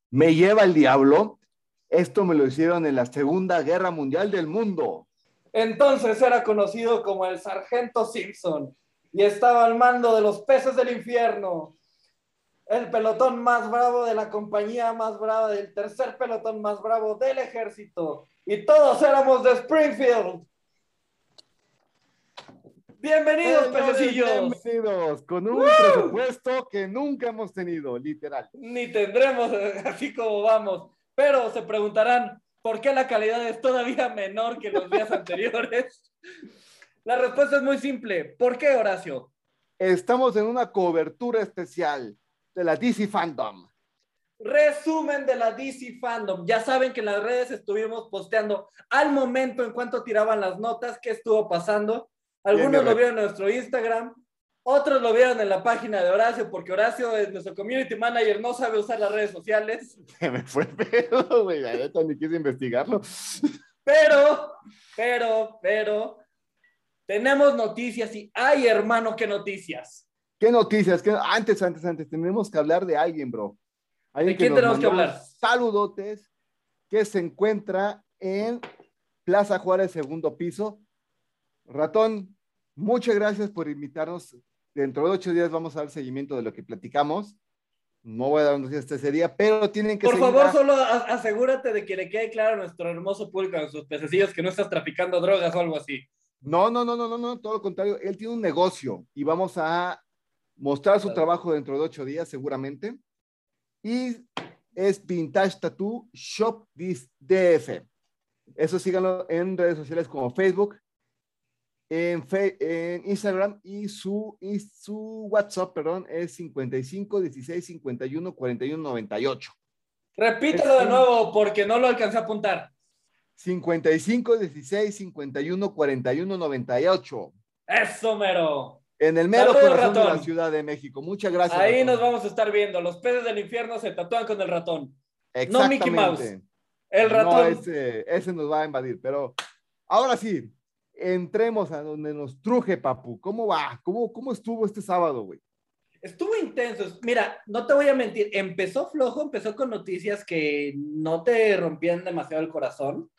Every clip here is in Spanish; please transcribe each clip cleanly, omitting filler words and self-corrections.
Me lleva el diablo. Esto me lo hicieron en la Segunda Guerra Mundial del Mundo. Entonces era conocido como el Sargento Simpson y estaba al mando de los peces del infierno, el pelotón más bravo de la compañía más brava, del tercer pelotón más bravo del ejército, y todos éramos de Springfield. Bienvenidos, Señores, pececillos. bienvenidos con un presupuesto que nunca hemos tenido, literal. Ni tendremos así como vamos, pero se preguntarán, ¿por qué la calidad es todavía menor que los días anteriores? La respuesta es muy simple. ¿Por qué, Horacio? Estamos en una cobertura especial de la DC Fandom. Resumen de la DC Fandom. Ya saben que en las redes estuvimos posteando al momento en cuanto tiraban las notas, qué estuvo pasando. Algunos lo vieron en nuestro Instagram, otros lo vieron en la página de Horacio, porque Horacio es nuestro community manager, no sabe usar las redes sociales. Se me fue el pedo, güey. La neta ni quise investigarlo. Pero, tenemos noticias y, ay, hermano, qué noticias. ¿Qué noticias? Antes, tenemos que hablar de alguien, bro. Alguien ¿De que quién nos tenemos que mandó hablar? saludotes, que se encuentra en Plaza Juárez, segundo piso. Ratón, muchas gracias por invitarnos. Dentro de 8 días vamos a dar seguimiento de lo que platicamos. No voy a dar noticias ese día, pero tienen que Por seguir favor, solo asegúrate de que le quede claro a nuestro hermoso público, a nuestros pececillos, que no estás traficando drogas o algo así. No, todo lo contrario. Él tiene un negocio y vamos a mostrar su trabajo dentro de 8 días seguramente. Y es Vintage Tattoo Shop DF. Eso síganlo en redes sociales como Facebook, en Instagram y su WhatsApp, perdón, es 55 16 51 41 98. Repítelo Es de un nuevo porque no lo alcancé a apuntar. 55 16 51 41 98. Eso, mero. En el mero Saludos, corazón de la ratón. Ciudad de México. Muchas gracias, Ahí nos ratón. vamos a estar viendo. Los peces del infierno se tatúan con el ratón. No Mickey Mouse. Exactamente. El No, ratón. ese nos va a invadir, pero ahora sí, entremos a donde nos truje, papu. ¿Cómo va? ¿Cómo estuvo este sábado, güey? Estuvo intenso. Mira, no te voy a mentir. Empezó flojo, empezó con noticias que no te rompían demasiado el corazón.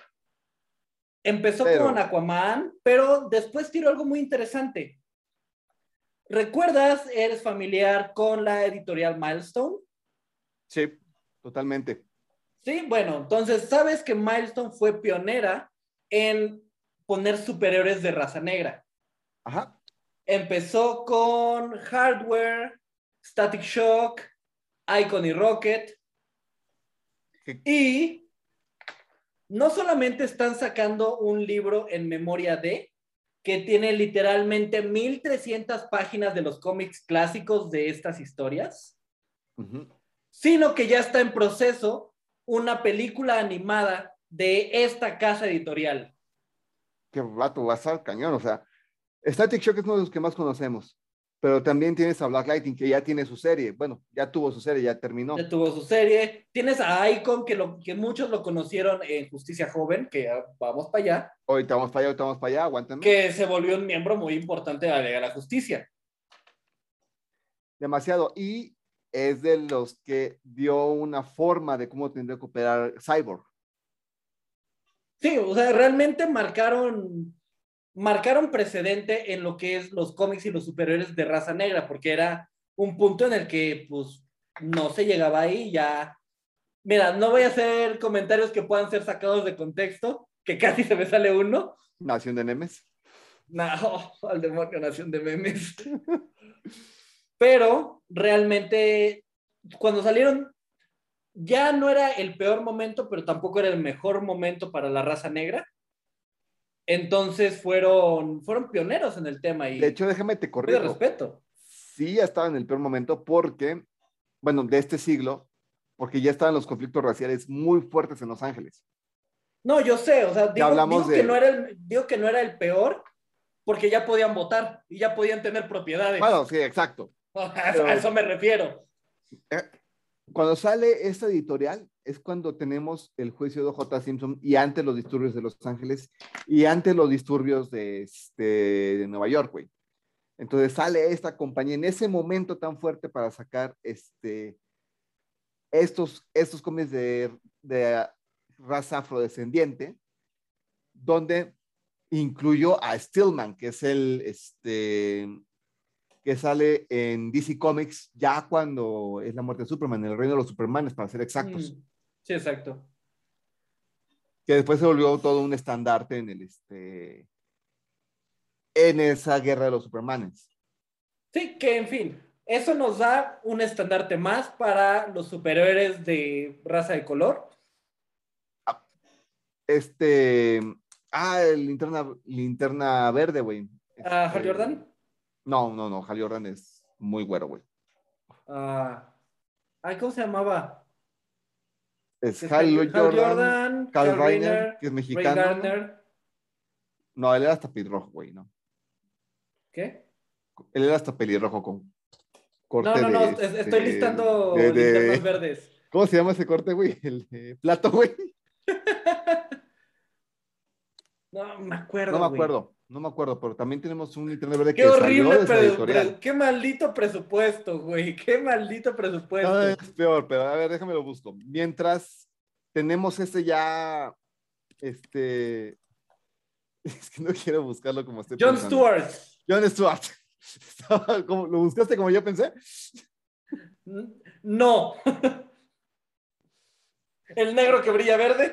Empezó con Pero, Aquaman, pero después tiró algo muy interesante. ¿Recuerdas? ¿Eres familiar con la editorial Milestone? sí, totalmente. Sí, bueno, entonces sabes que Milestone fue pionera en poner superhéroes de raza negra. Ajá. Empezó con Hardware, Static Shock, Icon y Rocket. ¿Qué? Y no solamente están sacando un libro en memoria de, que tiene literalmente 1300 páginas de los cómics clásicos de estas historias, sino que ya está en proceso una película animada de esta casa editorial. Qué vato, va a estar cañón. O sea, Static Shock es uno de los que más conocemos, pero también tienes a Black Lightning, que ya tiene su serie. Bueno, ya tuvo su serie, ya terminó. Ya tuvo su serie. Tienes a Icon, que muchos lo conocieron en Justicia Joven, que vamos para allá, Ahorita vamos para allá, aguántame. que se volvió un miembro muy importante de la Liga de la Justicia. Demasiado. Y es de los que dio una forma de cómo tendría que operar Cyborg. Sí, o sea, realmente marcaron precedente en lo que es los cómics y los superhéroes de raza negra, porque era un punto en el que, pues, no se llegaba ahí ya. Mira, no voy a hacer comentarios que puedan ser sacados de contexto, que casi se me sale uno. Nación de Nemes. No, al demonio, nación de memes. Pero realmente, cuando salieron, ya no era el peor momento, pero tampoco era el mejor momento para la raza negra. Entonces fueron pioneros en el tema De y hecho, déjame te muy de corrijo. respeto. Sí, ya estaba en el peor momento porque, bueno, de este siglo, porque ya estaban los conflictos raciales muy fuertes en Los Ángeles. No, yo sé, o sea, Ya hablamos de, digo que no era el peor porque ya podían votar y ya podían tener propiedades. bueno, sí, exacto. A eso Pero me refiero. eh, cuando sale esta editorial es cuando tenemos el juicio de O.J. Simpson y antes los disturbios de Los Ángeles y antes los disturbios de Nueva York, güey. Entonces sale esta compañía en ese momento tan fuerte para sacar estos cómics de raza afrodescendiente, donde incluyó a Stillman, que es que sale en DC Comics ya cuando es la muerte de Superman, en el reino de los Supermanes, para ser exactos. Sí, exacto. Que después se volvió todo un estandarte en esa guerra de los Supermanes. Sí, que en fin, eso nos da un estandarte más para los superhéroes de raza de color. El linterna verde, güey. Hal Jordan. No, Hal Jordan es muy güero, güey. ¿Cómo se llamaba? Es Hal Hal Jordan, Jordan, Carl Carl Reiner, Reiner, que es Ray mexicano, ¿no? Gardner. No, él era hasta pelirrojo, güey, ¿no? ¿Qué? Él era hasta pelirrojo con corte No, estoy listando linternas verdes. ¿Cómo se llama ese corte, güey? El de plato, güey. No me acuerdo, güey. No me acuerdo, pero también tenemos un linterna verde Qué que salió horrible, de esa editorial. qué maldito presupuesto, güey. Qué maldito No, presupuesto. es peor, pero a ver, déjame lo busco. Mientras tenemos ya, es que no quiero buscarlo como estoy Jon pensando. Stewart. Jon Stewart. ¿Lo buscaste como yo pensé? No. El negro que brilla verde.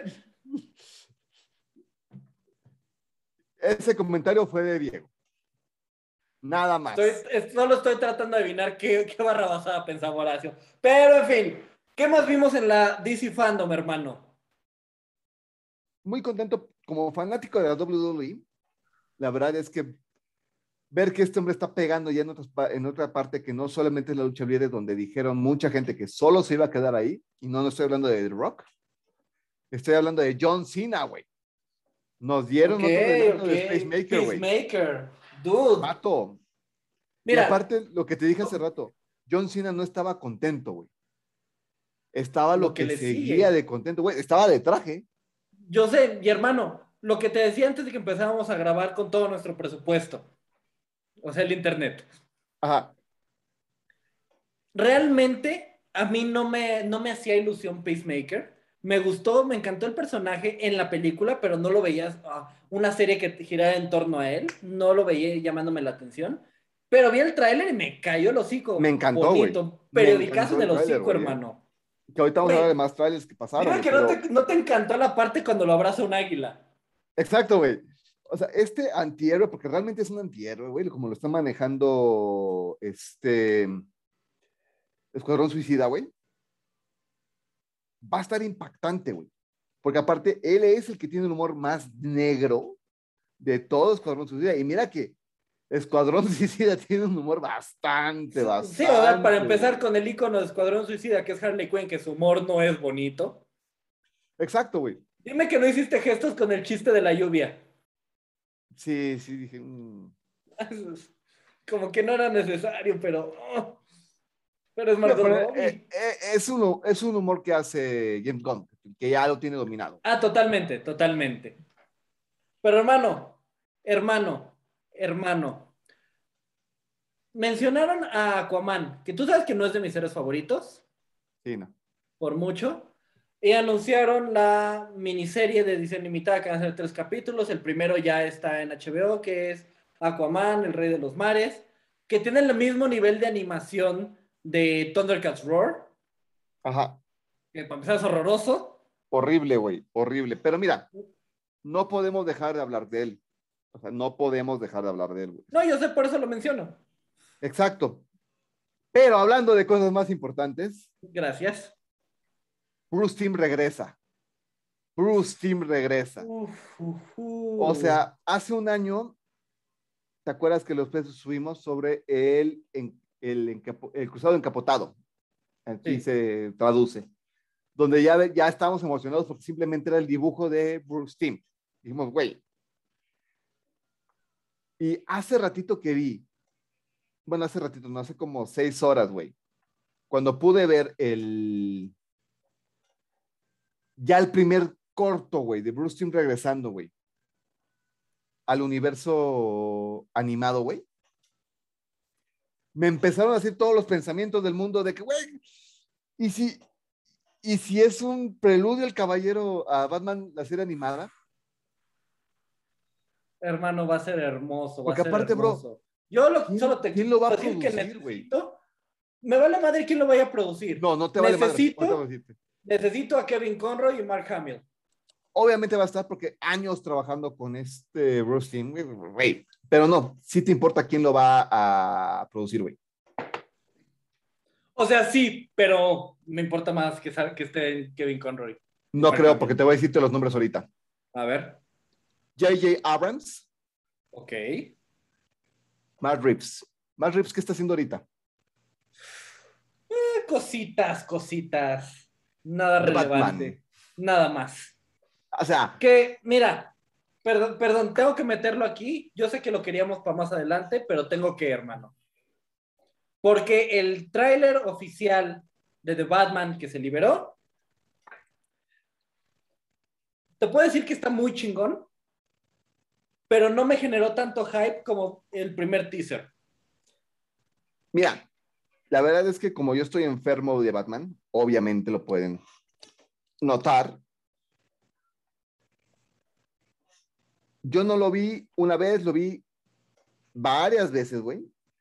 Ese comentario fue de Diego. Nada más. Solo estoy tratando de adivinar qué barra basada pensaba Horacio. Pero en fin, ¿qué más vimos en la DC Fandom, hermano? Muy contento como fanático de la WWE. La verdad es que ver que este hombre está pegando ya en otra parte que no solamente es la lucha libre, donde dijeron mucha gente que solo se iba a quedar ahí, y no estoy hablando de The Rock, estoy hablando de John Cena, güey. Nos dieron otro adelanto de Pacemaker, güey. Pacemaker, dude. Vato. Y Mira, aparte, lo que te dije hace rato, John Cena no estaba contento, güey. Estaba lo que que le seguía sigue. de contento, güey. Estaba de traje. Yo sé, y hermano, lo que te decía antes de que empezáramos a grabar con todo nuestro presupuesto, o sea, el internet. Ajá. Realmente a mí no me hacía ilusión Pacemaker. Me gustó, me encantó el personaje en la película, pero no lo veía una serie que girara en torno a él. No lo veía llamándome la atención. Pero vi el tráiler y me cayó el Me hocico. encantó, güey. Bonito. Me Periodicazo encantó en el el tráiler, hocico, güey, hermano. Que ahorita vamos a hablar de Güey, más trailers que pasaron, dime güey, que pero... no te encantó la parte cuando lo abraza un águila. Exacto, güey. O sea, este antihéroe, porque realmente es un antihéroe, güey, como lo está manejando Escuadrón Suicida, güey, va a estar impactante, güey. Porque aparte, él es el que tiene el humor más negro de todo Escuadrón Suicida. Y mira que Escuadrón Suicida tiene un humor Sí, o sea, para bastante, empezar güey. con el icono de Escuadrón Suicida, que es Harley Quinn, que su humor no es bonito. Exacto, güey. Dime que no hiciste gestos con el chiste de la lluvia. Sí, sí, dije. Como que no era necesario, pero es No, Margot pero Robbie. es un humor que hace James Gunn, que ya lo tiene dominado. Totalmente, totalmente. Pero hermano. Mencionaron a Aquaman, que tú sabes que no es de mis héroes favoritos, Sí, no. por mucho. Y anunciaron la miniserie de edición limitada, que van a ser 3 capítulos. El primero ya está en HBO, que es Aquaman, el Rey de los Mares, que tiene el mismo nivel de animación de Thundercats Roar, Ajá. que para empezar es horroroso. Horrible, güey. Horrible. Pero mira, no podemos dejar de hablar de él. O sea, no podemos dejar de hablar de él, güey. No, yo sé, por eso lo menciono. Exacto. Pero hablando de cosas más importantes, Gracias. Bruce Timm regresa. Bruce Timm regresa. O sea, hace un año, ¿te acuerdas que los pesos subimos sobre el cruzado encapotado? Aquí Sí. se traduce. Donde ya estábamos emocionados porque simplemente era el dibujo de Bruce Timm. Dijimos, güey. Y hace ratito que vi, bueno, hace ratito, no, hace como 6 horas, güey, cuando pude ver ya el primer corto, güey, de Bruce Timm regresando, güey, al universo animado, güey, me empezaron a hacer todos los pensamientos del mundo de que, güey, ¿y si, Y si es un preludio el caballero a Batman, la serie animada, Hermano, va a ser hermoso, va a porque ser aparte, bro, hermoso. Solo te ¿quién lo va a puedo decir que producir, güey? necesito, me vale madre quién lo vaya a producir. No, no te vale madre. Ahorita voy a Necesito, decirte. necesito a Kevin Conroy y Mark Hamill. Obviamente va a estar porque años trabajando con este Bruce Timm, güey. Pero no, sí te importa quién lo va a producir, güey. O sea, sí, pero me importa más que esté Kevin Conroy y No Mark creo, porque Hamill. te voy a decirte los nombres ahorita. A ver, J.J. Abrams, ok. Matt Reeves. Matt Reeves, ¿qué está haciendo ahorita? Cositas. Nada The Batman. relevante. Nada más. O sea, Que, mira, perdón, tengo que meterlo aquí. Yo sé que lo queríamos para más adelante, pero tengo que, hermano. Porque el tráiler oficial de The Batman que se liberó, te puedo decir que está muy chingón, pero no me generó tanto hype como el primer teaser. mira, la verdad es que como yo estoy enfermo de Batman, obviamente lo pueden notar. Yo no lo vi una vez, lo vi varias veces, güey.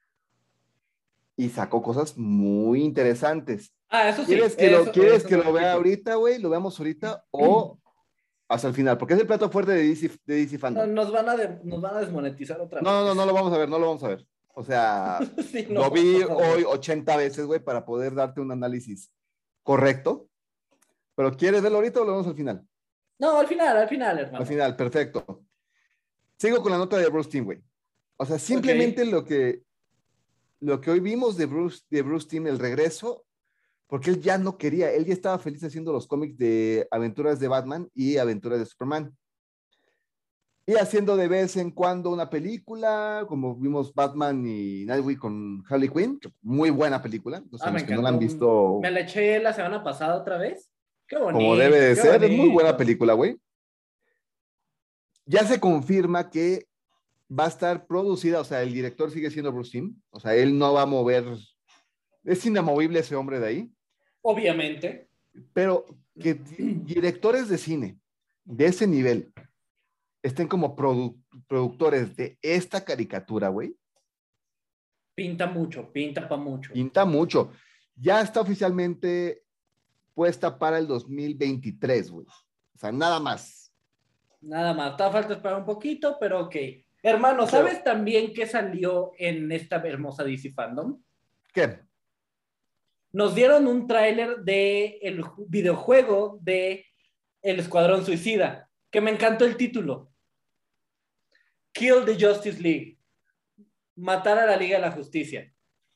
Y sacó cosas muy interesantes. Ah, eso sí, ¿Quieres eso que no lo lo vea quito. ahorita, güey? ¿Lo veamos ahorita o hasta el final? Porque es el plato fuerte de DC No, Fandom. nos van a desmonetizar otra No, no, no vez. lo vamos a ver, no lo vamos a ver. O sea, Sí, lo no, vi por hoy favor. 80 veces, güey, para poder darte un análisis correcto. Pero ¿quieres verlo ahorita o lo vemos al final? No, al final, Al hermano. final, perfecto. Sigo con la nota de Bruce Timm, güey. O sea, Ok. simplemente lo que hoy vimos de Bruce Timm, el regreso, porque él ya no quería, él ya estaba feliz haciendo los cómics de aventuras de Batman y aventuras de Superman. Y haciendo de vez en cuando una película, como vimos Batman y Nightwing con Harley Quinn, muy buena película. Entonces, Ah, me los que no la han encantó. Me visto la eché la semana pasada otra vez. como debe de Qué ser, es muy buena bonito. película, güey. Ya se confirma que va a estar producida, o sea, el director sigue siendo Bruce Timm, o sea, él no va a mover, es inamovible ese hombre de ahí, Obviamente. pero que directores de cine de ese nivel estén como productores de esta caricatura, güey, Pinta mucho, pinta pa' mucho. pinta mucho. Ya está oficialmente puesta para el 2023, güey. O sea, nada más. Nada más. Está falta esperar un poquito, pero ok. Hermano, Pero, ¿sabes también qué salió en esta hermosa DC Fandom? ¿qué? Nos dieron un tráiler de el videojuego de El Escuadrón Suicida, que me encantó el título. Kill the Justice League. Matar a la Liga de la Justicia.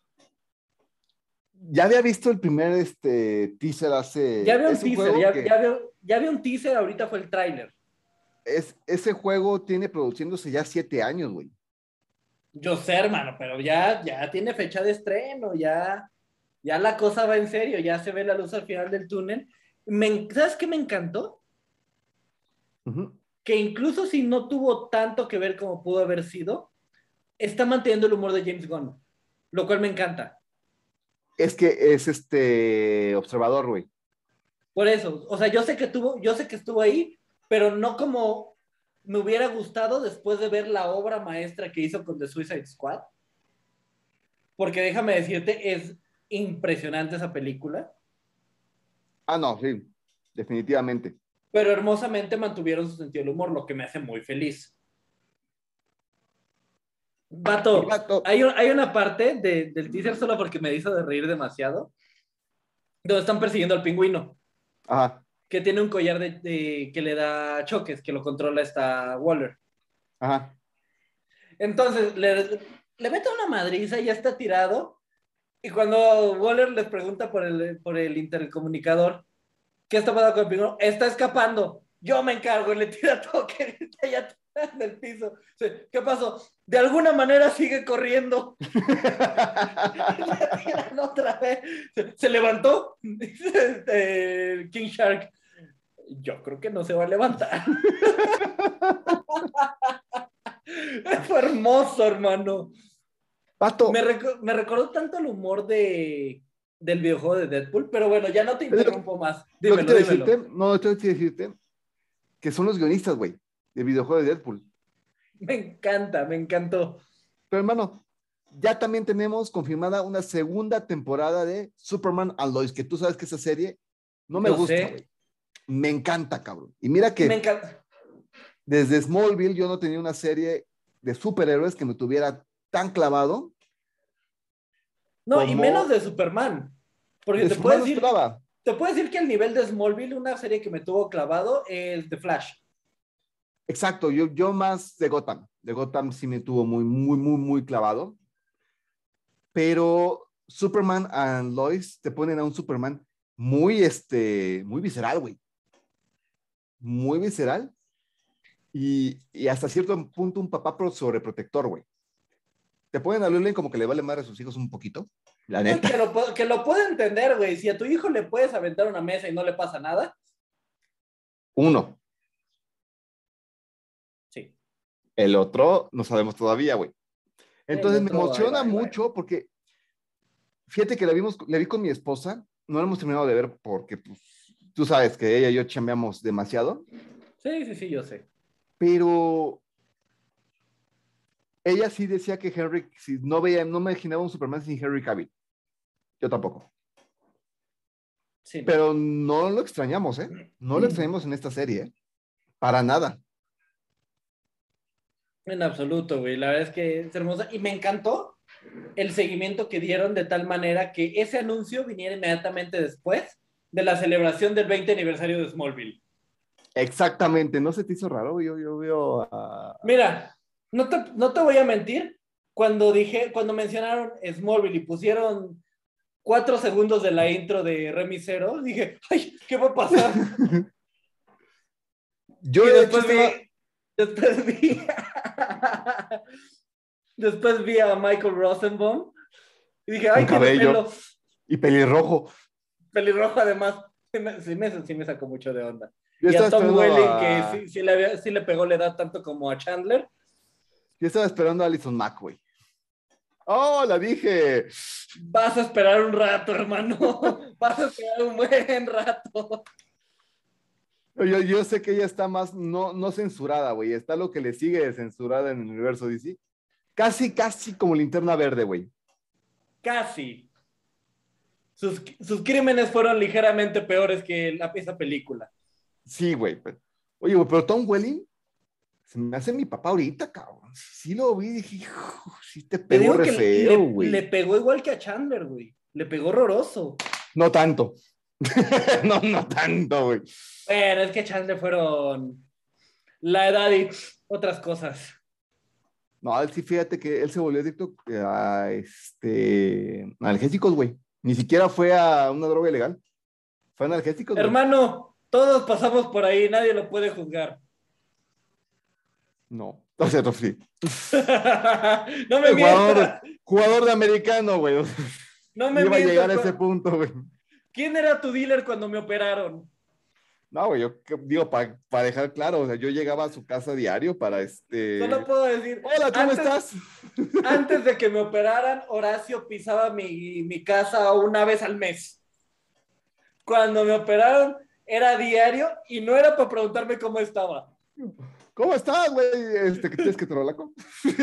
Ya había visto el primer teaser Ya hace. había un Es un teaser, juego que ya había un teaser, ahorita fue el tráiler. ese juego tiene produciéndose ya 7 años, güey. Yo sé, hermano, pero ya tiene fecha de estreno, ya la cosa va en serio, ya se ve la luz al final del túnel. ¿Sabes qué me encantó? Uh-huh. Que incluso si no tuvo tanto que ver como pudo haber sido, está manteniendo el humor de James Gunn, lo cual me encanta. Es que es observador, güey. Por eso, o sea, yo sé que estuvo ahí, pero no como me hubiera gustado después de ver la obra maestra que hizo con The Suicide Squad, porque déjame decirte, es impresionante esa película, Ah, no, sí, definitivamente. pero hermosamente mantuvieron su sentido del humor, lo que me hace muy feliz. Y Vato, vato, hay una parte del teaser solo porque me hizo de reír demasiado, donde están persiguiendo al pingüino, ajá, que tiene un collar que le da choques, que lo controla esta Waller. ajá. Entonces le mete una madriza y ya está tirado. Y cuando Waller les pregunta por el intercomunicador, ¿qué está pasando con el pingüino? Está escapando. Yo me encargo y le tira todo que está allá atrás del piso. ¿Qué pasó? De alguna manera sigue corriendo. La tiran otra vez. Se levantó. Dice King Shark. Yo creo que no se va a levantar. Fue hermoso, hermano. Vato, Me recordó tanto el humor del videojuego de Deadpool, pero bueno, ya no te interrumpo más. Lo que Dímelo, dímelo. tengo que decirte que son los guionistas, güey, del videojuego de Deadpool. Me encanta, me encantó. Pero hermano, ya también tenemos confirmada una segunda temporada de Superman and Lois, que tú sabes que esa serie no me Yo gusta, sé. güey. Me encanta, cabrón. Y mira Me que encanta. desde Smallville yo no tenía una serie de superhéroes que me tuviera tan clavado No, y menos como de Superman. Porque de Superman no esperaba. te puedo decir que al nivel de Smallville, una serie que me tuvo clavado es The Flash. Exacto, yo más de Gotham. De Gotham sí me tuvo muy, muy, muy, muy clavado. Pero Superman and Lois te ponen a un Superman muy, muy visceral, güey. Muy visceral. Y hasta cierto punto un papá sobreprotector, güey. Te ponen a Llewellyn como que le vale madre a sus hijos un poquito, la No, neta. que lo puedo entender, güey. Si a tu hijo le puedes aventar una mesa y no le pasa nada, Uno. sí. El otro no sabemos todavía, güey. El Entonces me otro, ahí va, emociona ahí va. mucho porque, fíjate que la vi con mi esposa, no la hemos terminado de ver porque, pues, tú sabes que ella y yo chambeamos demasiado, Sí, sí, sí, yo sé. pero ella sí decía que Henry, si no veía, no me imaginaba un Superman sin Henry Cavill. Yo tampoco. Sí, no. Pero no lo extrañamos, ¿eh? No lo extrañamos en esta serie, ¿eh? Para nada. En absoluto, güey. La verdad es que es hermosa. Y me encantó el seguimiento que dieron de tal manera que ese anuncio viniera inmediatamente después de la celebración del 20 aniversario de Smallville. Exactamente, ¿no se te hizo raro? Yo veo a... Mira, no te voy a mentir, cuando mencionaron Smallville y pusieron 4 segundos de la intro de Remy Zero, dije, ay, ¿qué va a pasar? Yo Y de hecho estaba después vi, después vi a Michael Rosenbaum y dije, con ay, tiene cabello pelo, y pelirrojo. pelirrojo además. Sí me sacó mucho de onda. Yo Y estaba a Tom esperando Welling, que a... sí le pegó la edad tanto como a Chandler. Yo estaba esperando a Alison Mack, güey. ¡Oh, la dije! Vas a esperar un rato, hermano. Vas a esperar un buen rato. Yo sé que ella está más, no censurada, güey. Está lo que le sigue de censurada en el universo DC. Casi, casi como Linterna Verde, güey. Casi. Sus crímenes fueron ligeramente peores que esa película. Sí, güey. Oye, güey, pero Tom Welling se me hace mi papá ahorita, cabrón. Sí lo vi y dije, hijo, sí te Te pegó digo re que feo, le güey. pegó igual que a Chandler, güey. Le pegó horroroso. No tanto. No tanto, güey. Pero es que Chandler fueron la edad y otras cosas. No, él sí, fíjate que él se volvió adicto a analgésicos, güey. Ni siquiera fue a una droga ilegal. Fue a analgésicos, güey. Hermano, todos pasamos por ahí, nadie lo puede juzgar. No. O sea, no, sí. No me Jugador, mientas, jugador de americano, güey. no me Iba a mientas. llegar a ese punto, güey. ¿Quién era tu dealer cuando me operaron? No, güey, yo digo, para dejar claro, o sea, yo llegaba a su casa diario para Solo puedo decir, Hola, ¿cómo estás? antes de que me operaran, Horacio pisaba mi casa una vez al mes. Cuando me operaron, era diario y no era para preguntarme cómo estaba. ¿Cómo estás, güey? ¿Qué tienes que trolaco?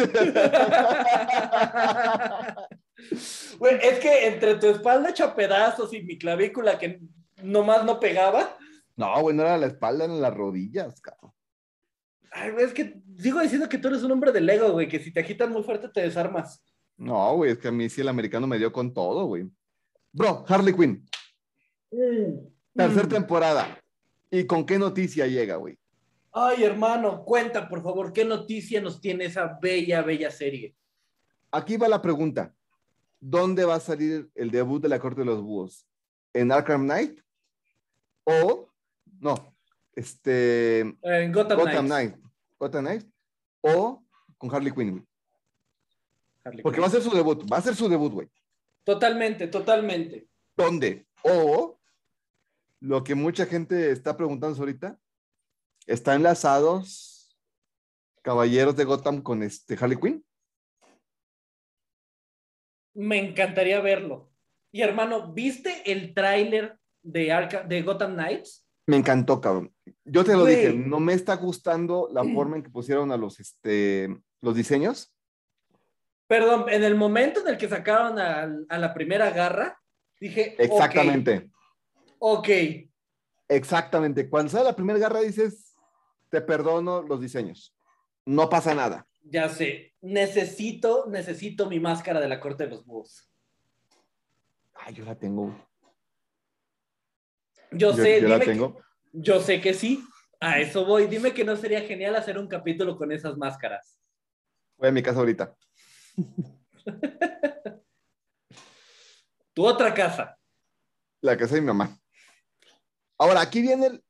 Güey, es que entre tu espalda hecha pedazos y mi clavícula que nomás no pegaba. No, güey, no era la espalda, eran las rodillas, cabrón. Ay, güey, es que sigo diciendo que tú eres un hombre de Lego, güey, que si te agitan muy fuerte te desarmas. No, güey, es que a mí sí el americano me dio con todo, güey. Bro, Harley Quinn, Mm, tercera mm. temporada. ¿Y con qué noticia llega, güey? Ay, hermano, cuenta, por favor, ¿qué noticia nos tiene esa bella, bella serie? Aquí va la pregunta. ¿Dónde va a salir el debut de la Corte de los Búhos? ¿En Arkham Knight? ¿O, no, En Gotham Gotham Knights. Knight? ¿Gotham Knight? ¿O con Harley Quinn, güey? Harley Porque va a Quinn. ser su debut, güey. Totalmente, totalmente. ¿Dónde? O lo que mucha gente está preguntando ahorita, ¿está enlazados Caballeros de Gotham con Harley Quinn? Me encantaría verlo. Y hermano, ¿viste el tráiler de Gotham Knights? Me encantó, cabrón. Yo te lo dije, Güey, no me está gustando la forma en que pusieron a los diseños. perdón, en el momento en el que sacaron a la primera garra, dije, ok, Exactamente, ok, exactamente. Cuando sale la primera garra dices, te perdono los diseños. No pasa nada. ya sé, necesito mi máscara de la corte de los búhos. Ay, yo la tengo. Yo Yo, sé, yo la dime que, tengo. yo sé que sí, a eso voy, dime que no sería genial hacer un capítulo con esas máscaras. Voy a mi casa ahorita. Tu otra casa. La casa de mi mamá. Ahora, aquí viene el...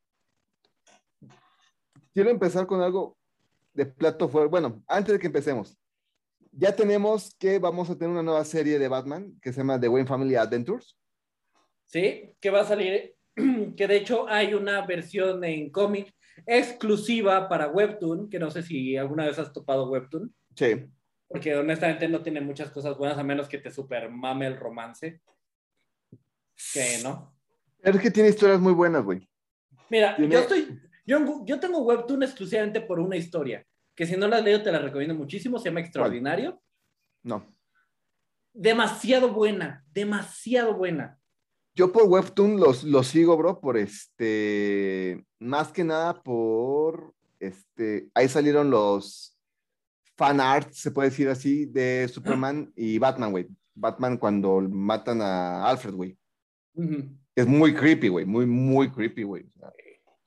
Quiero empezar con algo de plato fuerte. Bueno, antes de que empecemos, ya tenemos que vamos a tener una nueva serie de Batman que se llama The Wayne Family Adventures. ¿Sí? Que va a salir, que de hecho hay una versión en cómic exclusiva para Webtoon, que no sé si alguna vez has topado Webtoon, Sí. porque honestamente no tiene muchas cosas buenas, a menos que te super mame el romance, que no. Pero es que tiene historias muy buenas, güey. Mira, Tiene... yo tengo Webtoon exclusivamente por una historia, que si no la has leído te la recomiendo muchísimo, se llama ¿Cuál? Extraordinario. No. Demasiado buena, demasiado buena. Yo por Webtoon los sigo, bro, por más que nada por ahí salieron los fan art, se puede decir así, de Superman y Batman, güey. Batman cuando matan a Alfred, güey. Ujú. Es muy creepy, güey, muy, muy creepy, güey. O sea,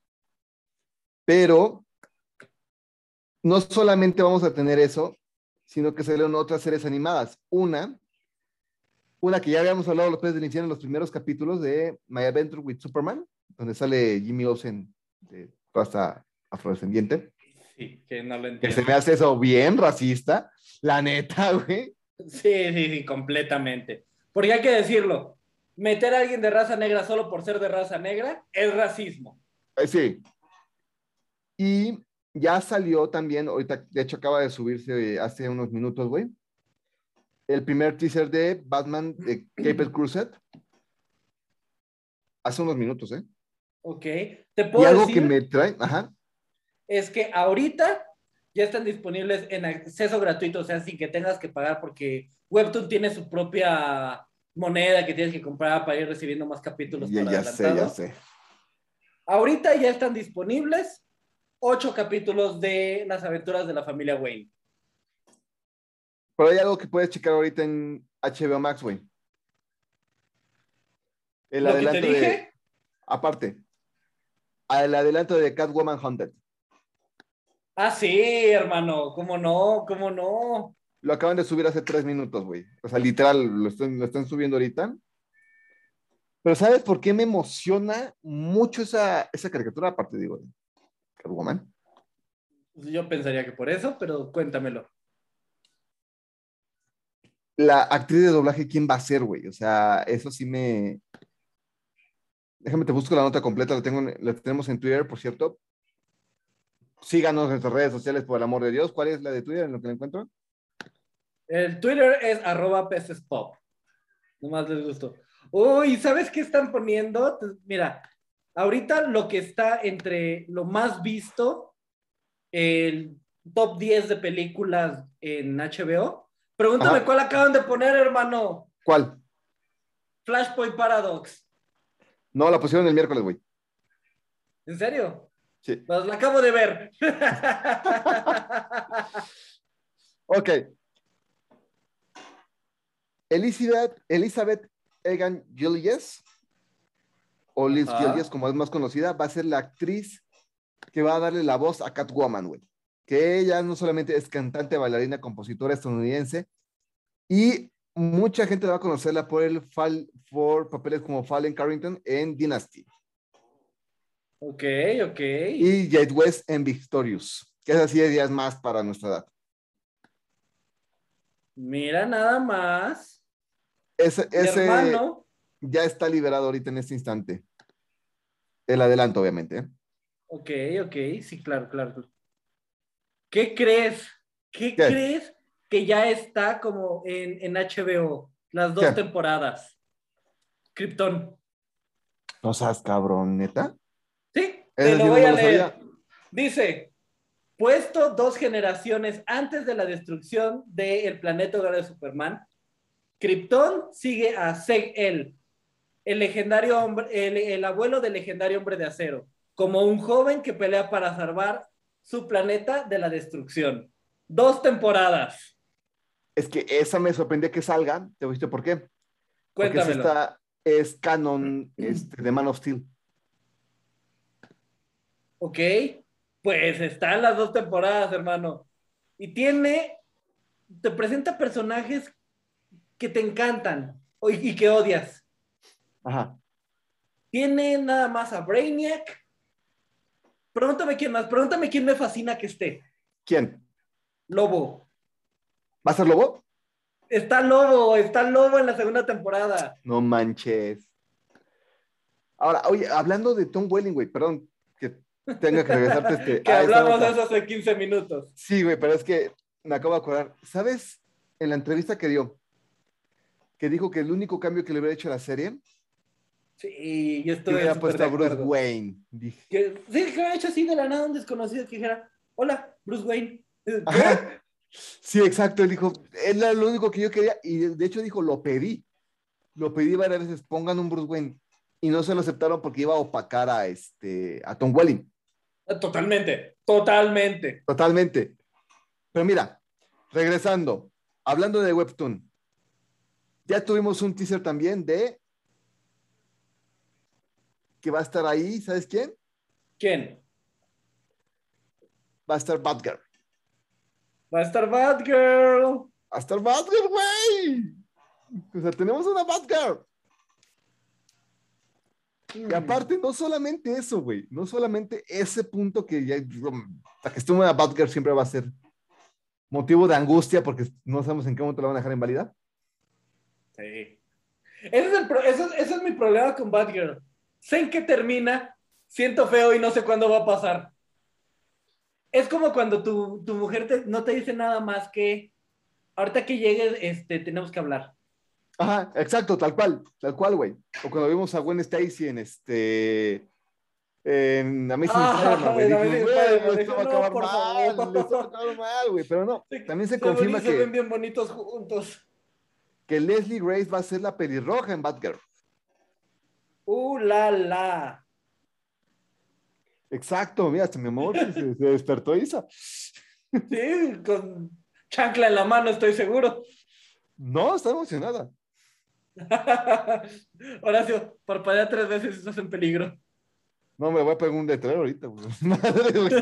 pero no solamente vamos a tener eso, sino que salieron otras series animadas. Una que ya habíamos hablado los Pérez del Infierno en los primeros capítulos de My Adventure with Superman, donde sale Jimmy Olsen de raza afrodescendiente, Sí, que no lo que se me entiendo. hace eso bien racista, la neta, güey. Sí, completamente. Porque hay que decirlo, meter a alguien de raza negra solo por ser de raza negra es racismo. Sí. Y ya salió también, ahorita, de hecho acaba de subirse hace unos minutos, güey, el primer teaser de Batman de Caped Crusade, hace unos minutos, ¿eh? ¿Ok? Te Y puedo algo que me decir trae, ajá, es que ahorita ya están disponibles en acceso gratuito, o sea, sin que tengas que pagar porque Webtoon tiene su propia moneda que tienes que comprar para ir recibiendo más capítulos ya, por ya sé, ya adelantado. sé. Ahorita ya están disponibles 8 capítulos de las aventuras de la familia Wayne. Pero hay algo que puedes checar ahorita en HBO Max, güey. El Lo que te adelanto de, dije, aparte, el adelanto de Catwoman Hunted. ah, sí, hermano, ¿cómo no? ¿Cómo no? Lo acaban de subir hace 3 minutos, güey. O sea, literal, lo están subiendo ahorita. Pero ¿sabes por qué me emociona mucho esa caricatura? Aparte, digo, de Catwoman. Yo pensaría que por eso, pero cuéntamelo. La actriz de doblaje, ¿quién va a ser, güey? O sea, eso sí me... Déjame te busco la nota completa, la tenemos en Twitter, por cierto. Síganos en nuestras redes sociales, por el amor de Dios. ¿Cuál es la de Twitter en lo que la encuentro? El Twitter es @pecespop. Nomás les gustó. Uy, ¿sabes qué están poniendo? Mira, ahorita lo que está entre lo más visto, el top 10 de películas en HBO. Pregúntame Ajá. cuál acaban de poner, hermano. ¿Cuál? Flashpoint Paradox. No, la pusieron el miércoles, güey. ¿En serio? Sí. Pues la acabo de ver. Ok. Elizabeth Egan Gillies, o Liz Gillies, Ajá. como es más conocida, va a ser la actriz que va a darle la voz a Catwoman, güey. Que ella no solamente es cantante, bailarina, compositora estadounidense, y mucha gente va a conocerla por papeles como Fallen Carrington en Dynasty. Ok, ok. Y Jade West en Victorious, que es así de días más para nuestra edad. Mira nada más. Mi Ese hermano. ya está liberado ahorita en este instante. El adelanto, obviamente. ¿Eh? Ok, ok. Sí, claro, claro. ¿Qué crees? ¿Qué ¿Qué? crees que ya está como en HBO? Las dos ¿Qué? temporadas. Krypton. No seas cabrón, ¿neta? Sí, te Ese lo sí no voy me a lo leer. sabía. Dice, puesto 2 generaciones antes de la destrucción del planeta hogar de Superman, Krypton sigue a Zek-El, el legendario hombre, el abuelo del legendario hombre de acero, como un joven que pelea para salvar su planeta de la destrucción. 2 temporadas. Es que esa me sorprendió que salga. ¿Te viste por qué? Porque Cuéntamelo. es canon de Man of Steel. Ok, pues están las 2 temporadas, hermano. Y te presenta personajes que te encantan y que odias. Ajá. Tiene nada más a Brainiac. Pregúntame quién más, pregúntame quién me fascina que esté. ¿Quién? Lobo. ¿Va a ser Lobo? Está Lobo en la segunda temporada. No manches. Ahora, oye, hablando de Tom Welling, güey, perdón que tenga que regresarte Que a esa hablamos de nota. eso hace 15 minutos. Sí, güey, pero es que me acabo de acordar. ¿Sabes? En la entrevista que dio, que dijo que el único cambio que le hubiera hecho a la serie, Sí, yo que estoy hubiera súper puesto de a Bruce acuerdo. Wayne. Dije, Sí, que hubiera hecho así de la nada un desconocido que dijera, hola, Bruce Wayne. ¿Qué? ajá. Sí, exacto. Él dijo, era lo único que yo quería. Y de hecho dijo, lo pedí. Lo pedí varias veces, pongan un Bruce Wayne. Y no se lo aceptaron porque iba a opacar a Tom Welling. Totalmente, totalmente. Totalmente. Pero mira, regresando, hablando de Webtoon, ya tuvimos un teaser también de que va a estar ahí, ¿sabes quién? ¿Quién? Va a estar Batgirl. Va a estar Batgirl. Va a estar Batgirl, güey. O sea, tenemos una Batgirl. Y aparte, no solamente eso, güey, no solamente ese punto que ya, la que esté una Batgirl siempre va a ser motivo de angustia porque no sabemos en qué momento la van a dejar en válida. Sí. Ese es mi problema con Batgirl. Sé en qué termina, siento feo y no sé cuándo va a pasar. Es como cuando tu mujer no te dice nada más que ahorita que llegues, tenemos que hablar. Ajá, exacto, tal cual, güey. O cuando vimos a Gwen Stacy en Amazing Spider-Man, Ah, güey, en dijimos, Amazing güey, Spider-Man. esto Dije, va a no, acabar por mal, esto va a favor. acabar mal, güey, pero no, Se, también se confirma se ven bien bonitos juntos. que Leslie Grace va a ser la pelirroja en Batgirl. La, la. Exacto, mira, hasta mi amor se despertó Isa. Sí, con chancla en la mano, estoy seguro. No, está emocionada. Horacio, parpadea 3 veces y estás en peligro. No, me voy a pegar un letrero ahorita, güey. Madre, güey.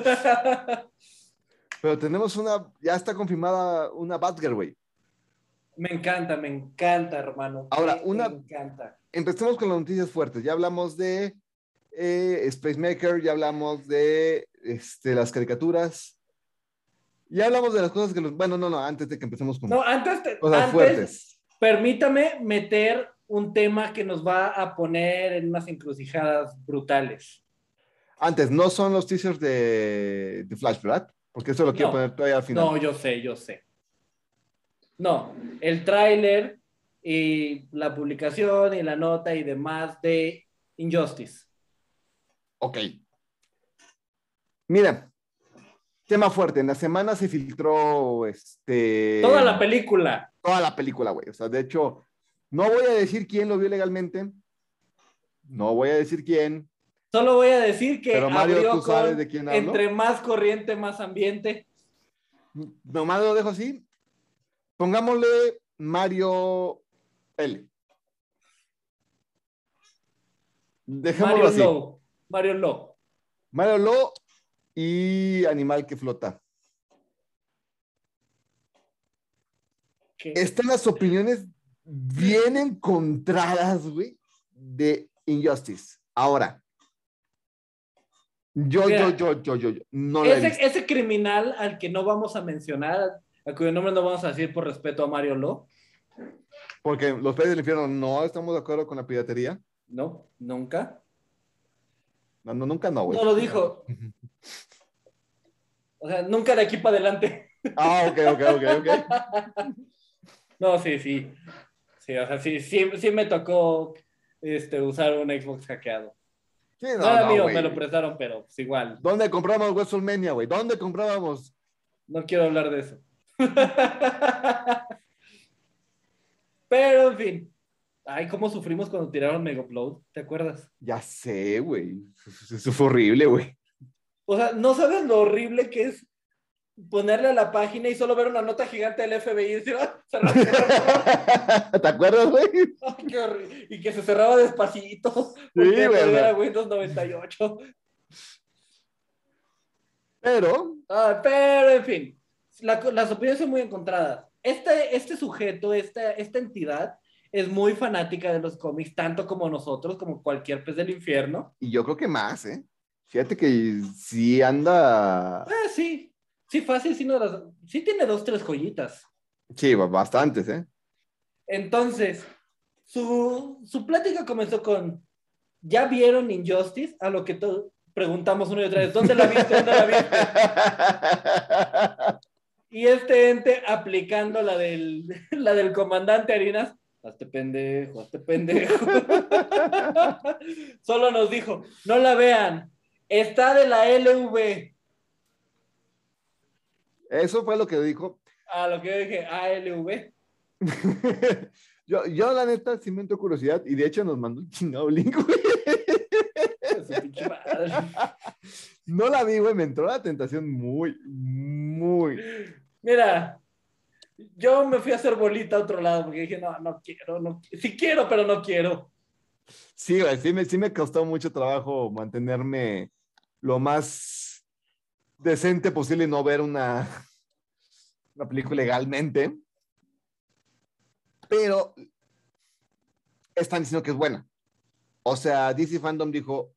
Pero tenemos ya está confirmada una Batgirl, güey. Me encanta, hermano. Ahora, Me encanta. empecemos con las noticias fuertes. Ya hablamos de Space Maker, ya hablamos de las caricaturas, ya hablamos de las cosas bueno, no, antes de que empecemos con No, cosas antes, fuertes. permítame meter un tema que nos va a poner en unas encrucijadas brutales. Antes, no son los teasers de Flash, ¿verdad? Porque eso lo quiero poner No, todavía al final. no, yo sé, yo sé. No, el tráiler y la publicación y la nota y demás de Injustice. Ok. Mira, tema fuerte. En la semana se filtró Toda la película. toda la película, güey. O sea, de hecho, no voy a decir quién lo vio legalmente. No voy a decir quién. Solo voy a decir que Pero Mario, tú abrió sabes de con quién hablo. entre más corriente, más ambiente. Nomás lo dejo así. Pongámosle Mario L. Dejémoslo Mario así. Lowe. Mario Lowe. Mario Lo y Animal que flota. ¿Qué? Están las opiniones bien encontradas, güey, de Injustice. Ahora, Mira, yo, no la he visto. ese criminal al que no vamos a mencionar, a cuyo nombre no vamos a decir por respeto a Mario Lowe. Porque los Reyes del Infierno no estamos de acuerdo con la piratería. No, nunca. No, nunca no, güey. No lo dijo. O sea, nunca de aquí para adelante. Ah, ok. No, sí. Sí, o sea, sí me tocó usar un Xbox hackeado. Sí, No no, era no, mío, güey. me lo prestaron, pero pues igual. ¿Dónde compramos WrestleMania, güey? ¿Dónde comprábamos? No quiero hablar de eso. Pero, en fin. Ay, cómo sufrimos cuando tiraron Mega Upload, ¿te acuerdas? Ya sé, güey. Eso fue horrible, güey. O sea, ¿no sabes lo horrible que es ponerle a la página y solo ver una nota gigante del FBI y decir, ¡ah, cerrar, cerrar, cerrar! ¿Te acuerdas, güey? ¡Ay, qué horrible! Y que se cerraba despacito, Sí, porque güey, o todavía era sea, Windows 98. pero Pero, en fin, las opiniones son muy encontradas. Este sujeto, esta entidad, es muy fanática de los cómics, tanto como nosotros, como cualquier pez del infierno. y yo creo que más, ¿eh? Fíjate que sí anda. Sí, sí, fácil, sí, sí tiene dos, tres joyitas. Sí, bastantes, ¿eh? Entonces, su plática comenzó con, ¿ya vieron Injustice? A lo que preguntamos una y otra vez, ¿dónde la viste? ¿Dónde la viste? Y este ente aplicando la del comandante Harinas, hazte pendejo, hazte pendejo. Solo nos dijo, no la vean, está de la LV. Eso fue lo que dijo. A lo que yo dije, ALV. Yo, la neta, sí me entró curiosidad y de hecho nos mandó un chingado link, güey. Su pinche madre. No la vi, güey, me entró la tentación muy, muy. Mira, yo me fui a hacer bolita a otro lado porque dije, no, no quiero, no, sí quiero, pero no quiero. Sí, güey, sí me costó mucho trabajo mantenerme lo más decente posible y no ver una película legalmente. Pero están diciendo que es buena. O sea, DC Fandom dijo,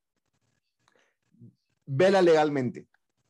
vela legalmente.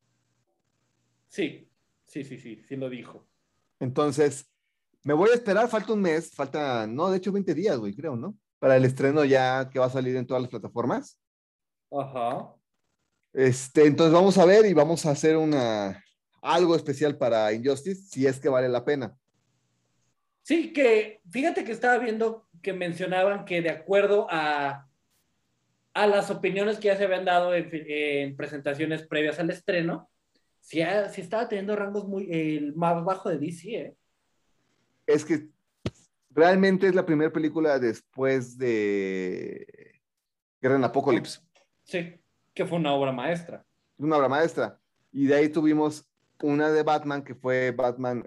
Sí, sí lo dijo. Entonces, me voy a esperar, falta un mes, no, de hecho 20 días, güey, creo, ¿no? Para el estreno ya que va a salir en todas las plataformas. Ajá. Entonces vamos a ver y vamos a hacer algo especial para Injustice, si es que vale la pena. Sí, que fíjate que estaba viendo que mencionaban que de acuerdo a las opiniones que ya se habían dado en presentaciones previas al estreno, sí estaba teniendo rangos el más bajo de DC, ¿eh? Es que realmente es la primera película después de Guerra en Apocalipsis. Sí, que fue una obra maestra. Una obra maestra. Y de ahí tuvimos una de Batman, que fue Batman,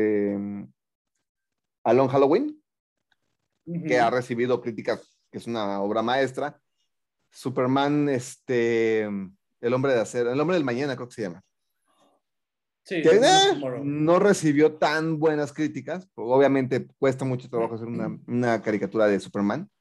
Alone Halloween, que ha recibido críticas, que es una obra maestra. Superman, el hombre de acero, el hombre del mañana, creo que se llama. Sí, Que Tomorrow. no recibió tan buenas críticas. Obviamente cuesta mucho trabajo hacer una caricatura de Superman.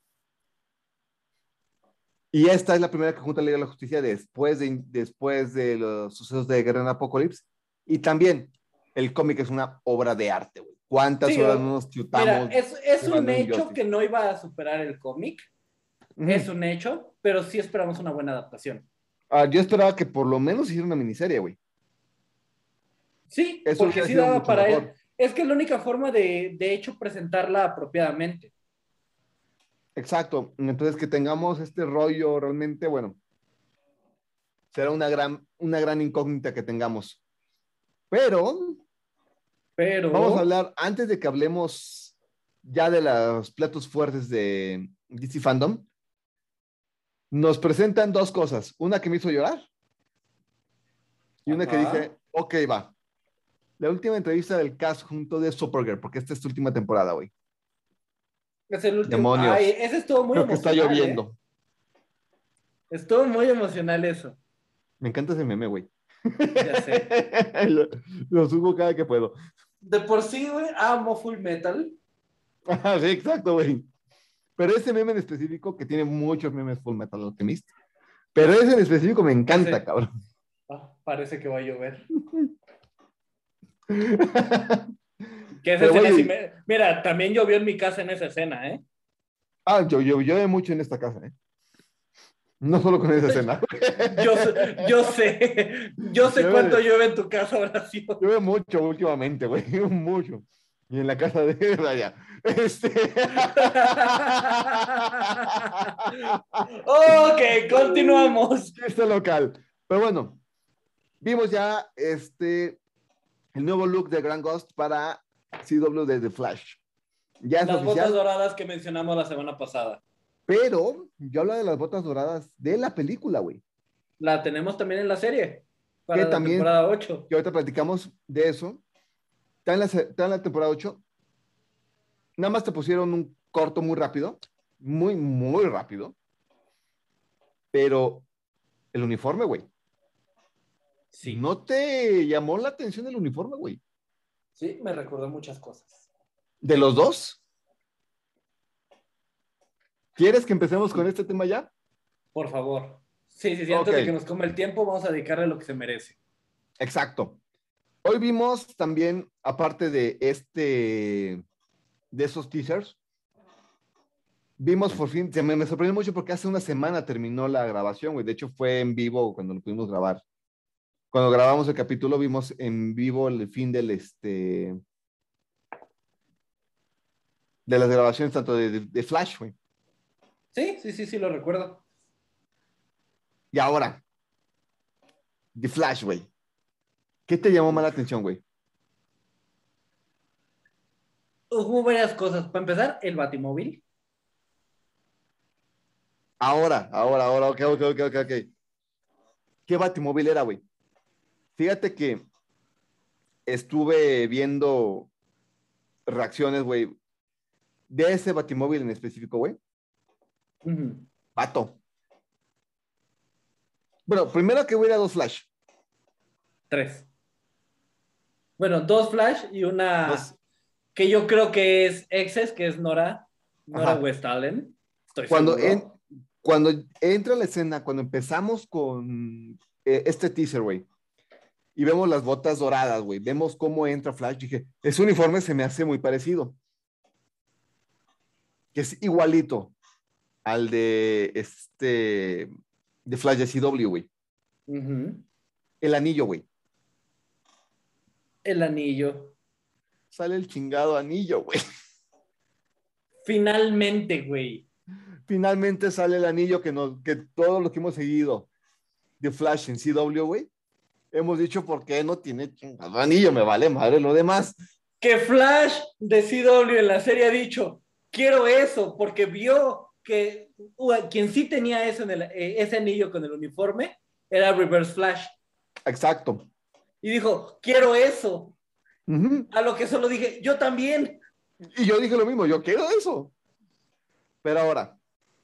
Y esta es la primera que junta la Liga de la Justicia después de los sucesos de Guerra en Apocalipsis. Y también el cómic es una obra de arte, güey. ¿Cuántas Sí, horas nos chutamos? mira, es un jugando hecho Injustice? que no iba a superar el cómic. Es un hecho, pero sí esperamos una buena adaptación. Yo esperaba que por lo menos hiciera una miniserie, güey. Sí, Eso porque hubiera sí sido daba mucho para mejor. él. Es que es la única forma de hecho, presentarla apropiadamente. Exacto. Entonces, que tengamos este rollo realmente, bueno, será una gran incógnita que tengamos. Pero vamos a hablar, antes de que hablemos ya de los platos fuertes de DC Fandom, nos presentan dos cosas. Una que me hizo llorar y una que dije, ok, va. La última entrevista del cast junto de Supergirl, porque esta es tu última temporada, güey. Es el último. Demonios. Ay, ese estuvo muy Creo que está emocional. lloviendo. Estuvo muy emocional eso. Me encanta ese meme, güey. Ya sé. Lo subo cada que puedo. De por sí, güey, amo Full Metal. Sí, exacto, güey. Pero ese meme en específico, que tiene muchos memes Full Metal Alchemist, pero ese en específico me encanta, cabrón. Parece que va a llover. Que esa Pero, escena güey, sí Mira, también llovió en mi casa en esa escena, ¿eh? llueve mucho en esta casa, ¿eh? No solo con esa escena. Yo sé cuánto llueve en tu casa, Horacio. Llueve mucho últimamente, güey, mucho. Y en la casa de Raya. Ok, continuamos. Chiste local. Pero bueno, vimos ya el nuevo look de Grant Gust para CW de The Flash. Ya es Las botas oficial, doradas que mencionamos la semana pasada. pero yo hablo de las botas doradas de la película, güey. La tenemos también en la serie Que para la también, temporada 8. que ahorita platicamos de eso. Está en la temporada 8. Nada más te pusieron un corto muy rápido, muy, muy rápido, pero el uniforme, güey. Sí, ¿No te llamó la atención el uniforme, güey? sí, me recordó muchas cosas. ¿De los dos? ¿Quieres que empecemos con Sí, este tema ya? por favor. Sí, sí, sí, Ok, antes de que nos come el tiempo, vamos a dedicarle lo que se merece. exacto. Hoy vimos también, aparte de esos teasers, vimos por fin, me sorprendió mucho porque hace una semana terminó la grabación, güey. De hecho, fue en vivo cuando lo pudimos grabar. Cuando grabamos el capítulo, vimos en vivo el fin de las grabaciones tanto de Flash, güey. Sí, sí, sí, sí, lo recuerdo. Y ahora, de Flash, güey. ¿Qué te llamó más la Uf. atención, güey? Hubo varias cosas. Para empezar, el Batimóvil. Ahora, ok. ¿Qué Batimóvil era, güey? Fíjate que estuve viendo reacciones, güey, de ese Batimóvil en específico, güey. Ujú. Vato. Bueno, primero que voy a ir a dos Flash. 3. Bueno, 2 Flash y una Dos, que yo creo que es Exes, que es Nora ajá. Westphalen. Estoy Cuando, en, seguro. cuando entra la escena, cuando empezamos con este teaser, güey, y vemos las botas doradas, güey, vemos cómo entra Flash, dije, ese uniforme se me hace muy parecido, que es igualito al de Flash de CW, güey. Ujú. El anillo, güey. El anillo. Sale el chingado anillo, güey. Finalmente, güey. Finalmente sale el anillo que todos los que hemos seguido de Flash en CW, güey, hemos dicho por qué no tiene chingado anillo, me vale madre lo demás. Que Flash de CW en la serie ha dicho, quiero eso, porque vio que quien sí tenía eso ese anillo con el uniforme era Reverse Flash. Exacto. Y dijo, quiero eso. Ujú. A lo que solo dije, yo también. Y yo dije lo mismo, yo quiero eso. Pero ahora,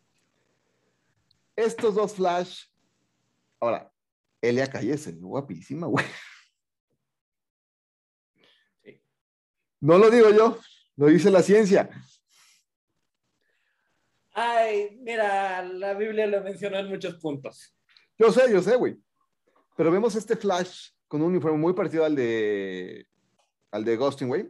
estos dos Flash, ahora, Elia Calle es guapísima, güey. Sí. No lo digo yo, lo dice la ciencia. Ay, mira, la Biblia lo mencionó en muchos puntos. Yo sé, güey. Pero vemos este Flash con un uniforme muy parecido al de Ghosting, güey.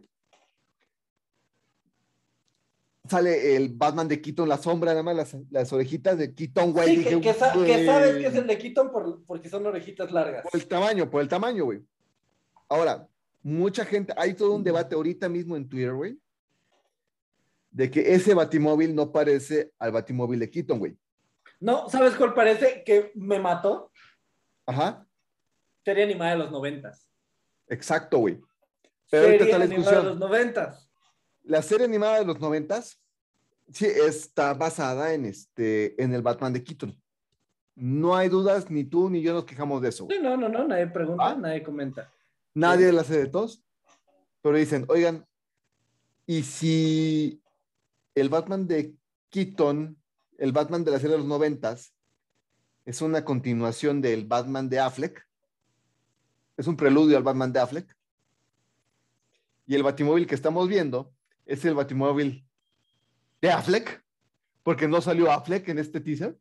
Sale el Batman de Keaton, la sombra, nada más las orejitas de Keaton, güey. Sí, Dije, que sabes que es el güey, de Keaton porque son orejitas largas. por el tamaño, güey. Ahora, mucha gente, hay todo un debate ahorita mismo en Twitter, güey, de que ese Batimóvil no parece al Batimóvil de Keaton, güey. No, ¿sabes cuál parece que me mató? Ajá, Serie animada de los 90s. exacto, güey. Pero ahorita Serie está la animada de los discusión. 90s. La serie animada de los noventas, sí, está basada en el Batman de Keaton. No hay dudas, ni tú ni yo nos quejamos de eso, Sí, güey. no, no, no, nadie pregunta, ¿Va? nadie comenta. Nadie Sí. la hace de todos, pero dicen, oigan, ¿y si el Batman de Keaton, el Batman de la serie de los noventas, es una continuación del Batman de Affleck? Es un preludio al Batman de Affleck. Y el Batimóvil que estamos viendo es el Batimóvil de Affleck, porque no salió Affleck en este teaser.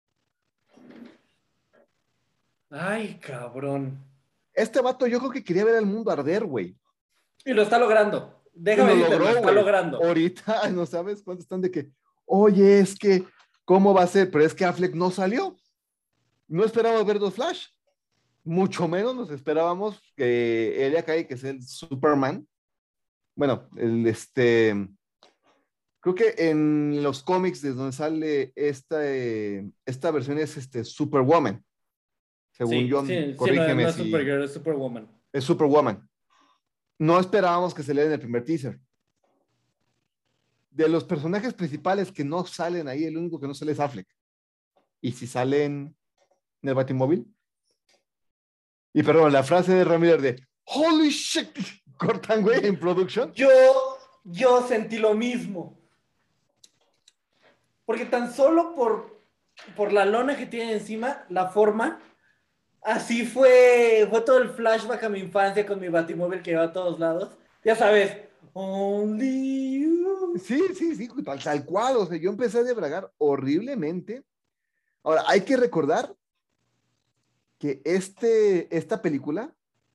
Ay, cabrón. Este vato yo creo que quería ver el mundo arder, güey. Y lo está logrando. Y Déjame lo decirte, lo logró, está güey. logrando. Ahorita no sabes cuántos están de que, oye, es que, ¿cómo va a ser? Pero es que Affleck no salió. No esperábamos ver dos Flash. Mucho menos nos esperábamos que Elia Kay, que es el Superman, bueno, Creo que en los cómics de donde sale esta versión es Superwoman, según Sí, John, sí, sí, no, corrígeme no es si Supergirl, es Superwoman. es Superwoman. No esperábamos que se lea en el primer teaser. De los personajes principales que no salen ahí, el único que no sale es Affleck. Y si salen en el Batimóvil. Y perdón, la frase de Ramírez de Holy shit, cortan, güey, en production. Yo sentí lo mismo. Porque tan solo por la lona que tiene encima, la forma, así fue todo el flashback a mi infancia con mi Batimóvil que iba a todos lados. Ya sabes, Only You. Sí, tal cual. O sea, yo empecé a debragar horriblemente. Ahora, hay que recordar que esta película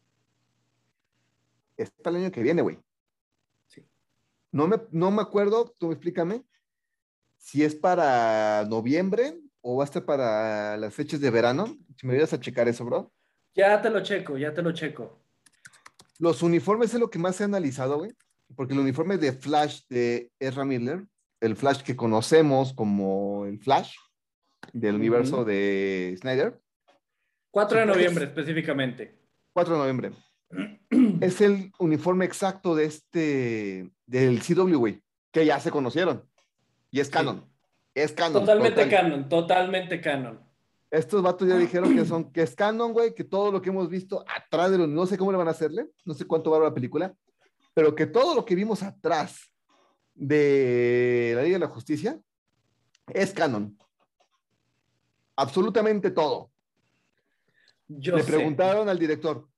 es para el año que viene, güey. Sí. No me acuerdo, tú explícame, si es para noviembre o va a estar para las fechas de verano. Si me ayudas a checar eso, bro. Ya te lo checo, ya te lo checo. Los uniformes es lo que más he analizado, güey. Porque el uniforme de Flash de Ezra Miller, el Flash que conocemos como el Flash del universo de Snyder, 4 de noviembre es específicamente. 4 de noviembre. Es el uniforme exacto del CW, güey, que ya se conocieron. Y es canon. Sí. Es canon, Totalmente total. canon, totalmente canon. Estos vatos ya dijeron que es canon, güey, que todo lo que hemos visto atrás de no sé cómo le van a hacerle, no sé cuánto va a la película, pero que todo lo que vimos atrás de la Liga de la Justicia es canon. Absolutamente todo. Yo Le sé. preguntaron al director,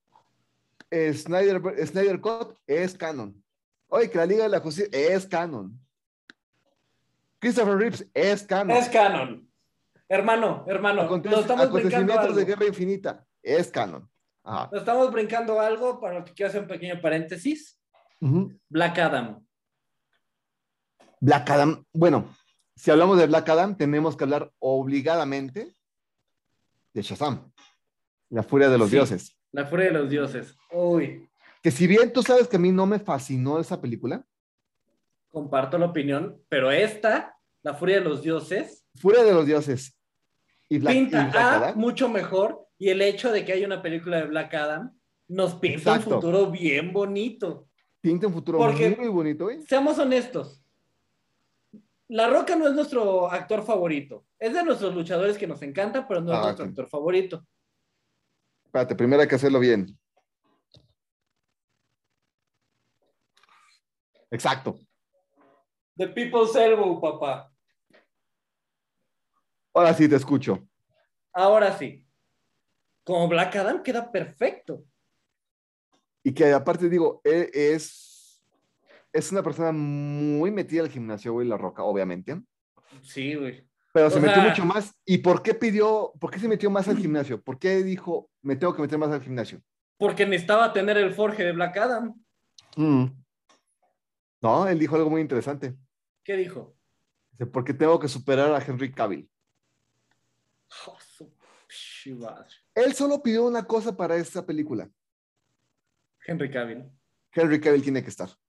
Snyder Cut es canon. Oye, que la Liga de la Justicia es canon. Christopher Reeves es Es canon. canon. Hermano, nos estamos brincando Acontecimientos de algo. Guerra Infinita es canon. Ajá. Nos estamos brincando algo, para lo que quiero hacer un pequeño paréntesis. Black Adam. Black Adam, bueno, si hablamos de Black Adam, tenemos que hablar obligadamente de Shazam, la furia de los Sí, dioses. la furia de los dioses. Uy, Que si bien tú sabes que a mí no me fascinó esa película, comparto la opinión, pero esta, la furia de los dioses, furia de los dioses y pinta Black a Adam, mucho mejor, y el hecho de que haya una película de Black Adam nos pinta un exacto, futuro bien bonito. pinta un futuro muy Porque, bonito, ¿eh? seamos honestos, La Roca no es nuestro actor favorito. Es de nuestros luchadores que nos encanta, pero no es Ah, nuestro ok. actor favorito. Espérate, primero hay que hacerlo bien. Exacto. The People's Elbow, papá. Ahora sí te escucho. Ahora sí, como Black Adam queda perfecto. Y que aparte digo, es una persona muy metida al gimnasio, güey, La Roca, obviamente. Sí, güey. Pero se O metió mucho sea, más. ¿Y por qué se metió más al gimnasio? ¿Por qué dijo, me tengo que meter más al gimnasio? porque necesitaba tener el forje de Black Adam. Mm. No, él dijo algo muy interesante. ¿Qué dijo? Dice, porque tengo que superar a Henry Cavill. Oh, su madre. Él solo pidió una cosa para esta película. Henry Cavill. Henry Cavill tiene que estar.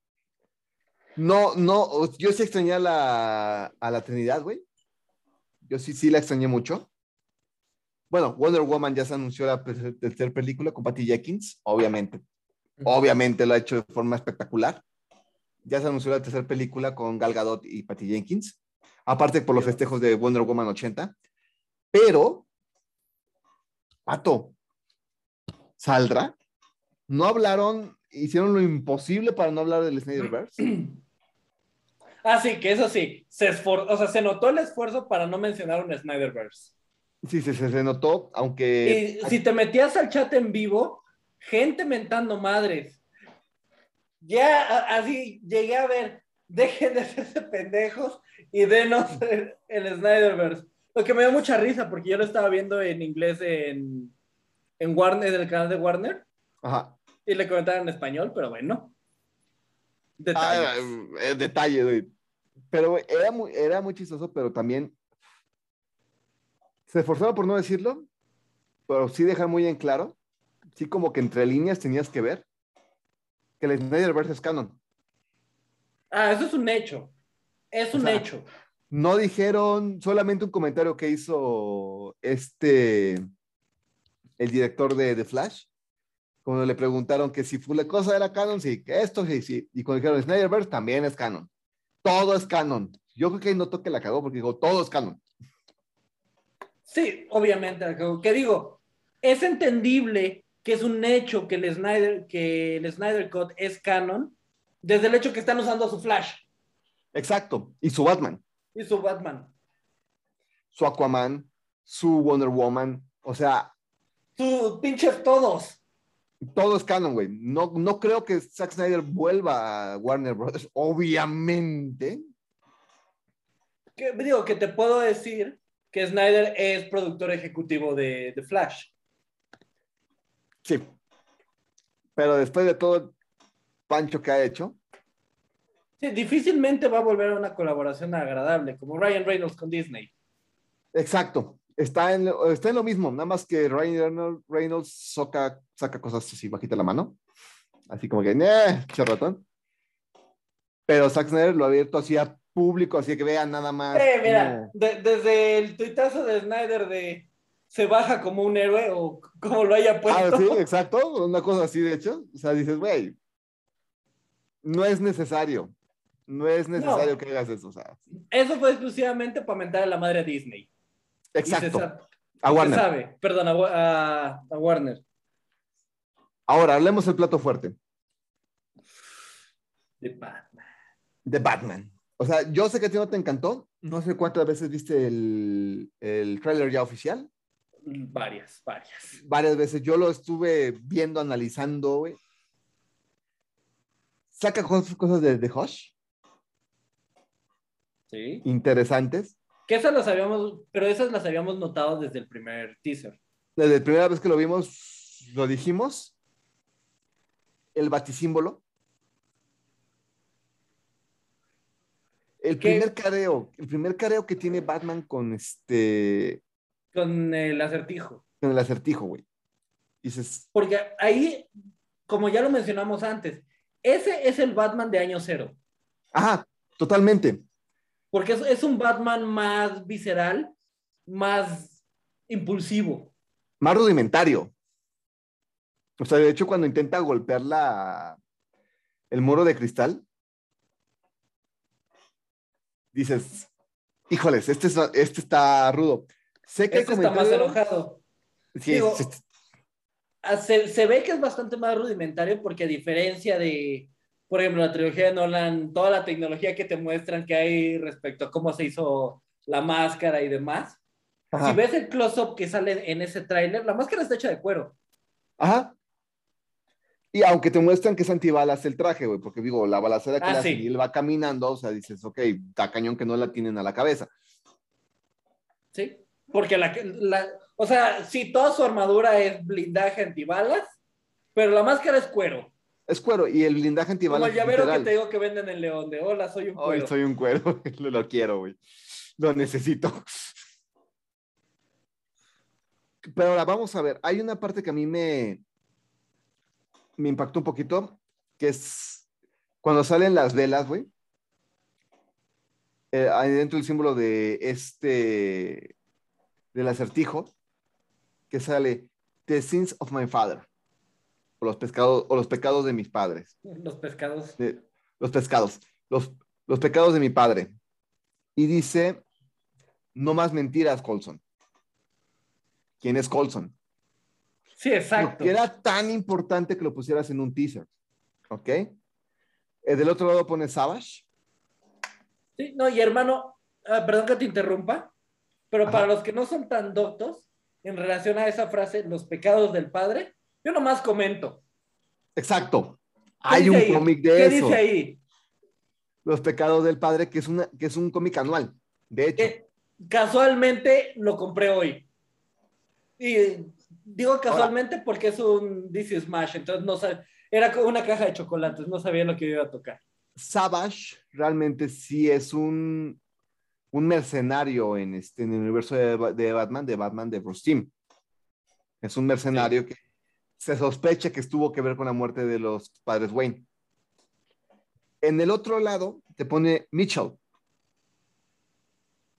No, yo sí extrañé a la Trinidad, güey. Yo sí la extrañé mucho. Bueno, Wonder Woman ya se anunció la tercera película con Patty Jenkins, obviamente. Obviamente lo ha hecho de forma espectacular. Ya se anunció la tercera película con Gal Gadot y Patty Jenkins. Aparte por los festejos Dios. de Wonder Woman 80. Pero, Pato, ¿saldrá? No hablaron, hicieron lo imposible para no hablar del Snyderverse. Ah, sí, que eso sí, o sea, se notó el esfuerzo para no mencionar un Snyderverse. Sí, se notó, aunque... Y si te metías al chat en vivo, gente mentando madres. Ya así llegué a ver, dejen de hacerse pendejos y denos el Snyderverse. Lo que me dio mucha risa porque yo lo estaba viendo en inglés en Warner, en el canal de Warner, Ajá. y le comentaron en español, pero bueno, Ah, detalles. detalle, güey. Pero güey, era muy chistoso, pero también se esforzaron por no decirlo, pero sí dejar muy en claro, sí como que entre líneas tenías que ver que el Snyderverse es canon. Ah, eso es un hecho. Es O un sea, hecho. no dijeron solamente un comentario que hizo el director de The Flash, cuando le preguntaron que si fue la cosa era canon, sí, que esto sí, sí. Y cuando dijeron Snyderverse también es canon. Todo es canon. Yo creo que ahí no toque la cagó porque digo, todo es canon. Sí, obviamente. Que digo, es entendible que es un hecho que el Snyder Cut es canon desde el hecho que están usando su Flash Exacto. Y su Batman, y su Batman. su Aquaman, su Wonder Woman. O sea, Sus pinches todos. todo es canon, güey. No, no creo que Zack Snyder vuelva a Warner Bros. Obviamente. Digo, que te puedo decir que Snyder es productor ejecutivo de Flash. Sí. Pero después de todo el pancho que ha hecho. Sí, difícilmente va a volver a una colaboración agradable, como Ryan Reynolds con Disney. Exacto. Está en lo mismo, nada más que Ryan Reynolds saca cosas así bajita la mano. Así como que, charratón. Pero Zack Snyder lo ha abierto así a público, así que vean nada más Mira, como. desde el tuitazo de Snyder de se baja como un héroe o como lo haya Ah, sí, puesto. exacto. Una cosa así, de hecho. O sea, dices, güey, no es necesario. No es necesario No, que hagas eso. O sea, eso fue exclusivamente para mentar a la madre a Disney. Y se, exacto. sa A y se Warner. sabe, perdón, a Warner. Ahora, hablemos del plato fuerte. De Batman. De Batman. O sea, yo sé que a ti no te encantó. No sé cuántas veces viste el tráiler ya oficial. Varias, varias. Varias veces. Yo lo estuve viendo, analizando, güey. Saca cosas de Hush, Sí. interesantes. Que esas las habíamos, pero esas las habíamos notado desde el primer teaser. Desde la primera vez que lo vimos, lo dijimos. El batisímbolo. Que El primer careo que tiene Batman con el acertijo. con el acertijo, güey. Dices, Porque ahí, como ya lo mencionamos antes, ese es el Batman de año cero. ajá, totalmente. Porque es un Batman más visceral, más impulsivo. Más rudimentario. O sea, de hecho, cuando intenta golpear el muro de cristal, dices, híjoles, este está rudo. Sé que el Este está más comentario, enojado. sí, Digo, se ve que es bastante más rudimentario porque a diferencia de, por ejemplo, la trilogía de Nolan, toda la tecnología que te muestran que hay respecto a cómo se hizo la máscara y demás, si ajá, ves el close-up que sale en ese tráiler, la máscara está hecha de cuero. ajá. Y aunque te muestran que es antibalas el traje, güey, porque digo, la balacera que Ah, le hacen y sí, él va caminando, o sea, dices, ok, está cañón que no la tienen a la cabeza. sí. Porque o sea, sí, toda su armadura es blindaje antibalas, pero la máscara es cuero. Es cuero y el blindaje Como antibalas el es llavero que te literal. digo que venden en León, de hola, soy un Ay, cuero. soy un cuero, lo quiero, güey. Lo necesito. Pero ahora vamos a ver, hay una parte que a mí me impactó un poquito, que es cuando salen las velas, güey. Ahí dentro del símbolo del acertijo, que sale The Sins of My Father, o los pecados de mis padres. Los pescados. De, los pescados, los, los pecados de mi padre. Y dice, no más mentiras, Colson. ¿Quién es Colson? Sí, ¿Por qué exacto. era tan importante que lo pusieras en un teaser? ¿Ok? Del otro lado pone Savage. Sí, no, y hermano, perdón que te interrumpa, pero para Ajá. los que no son tan doctos, en relación a esa frase, los pecados del padre, yo nomás comento. Exacto. ¿Qué Hay dice un ahí? cómic de ¿Qué dice eso. ahí? Los pecados del padre, que es un cómic anual. De hecho. Que casualmente lo compré hoy. Y digo Ahora, casualmente porque es un DC Smash, entonces no sabía, era como una caja de chocolates, no sabía lo que iba a tocar. Savage realmente sí es un mercenario en el universo de Batman de Bruce Timm. Es un Sí, mercenario que se sospecha que estuvo que ver con la muerte de los padres Wayne. En el otro lado te pone Mitchell.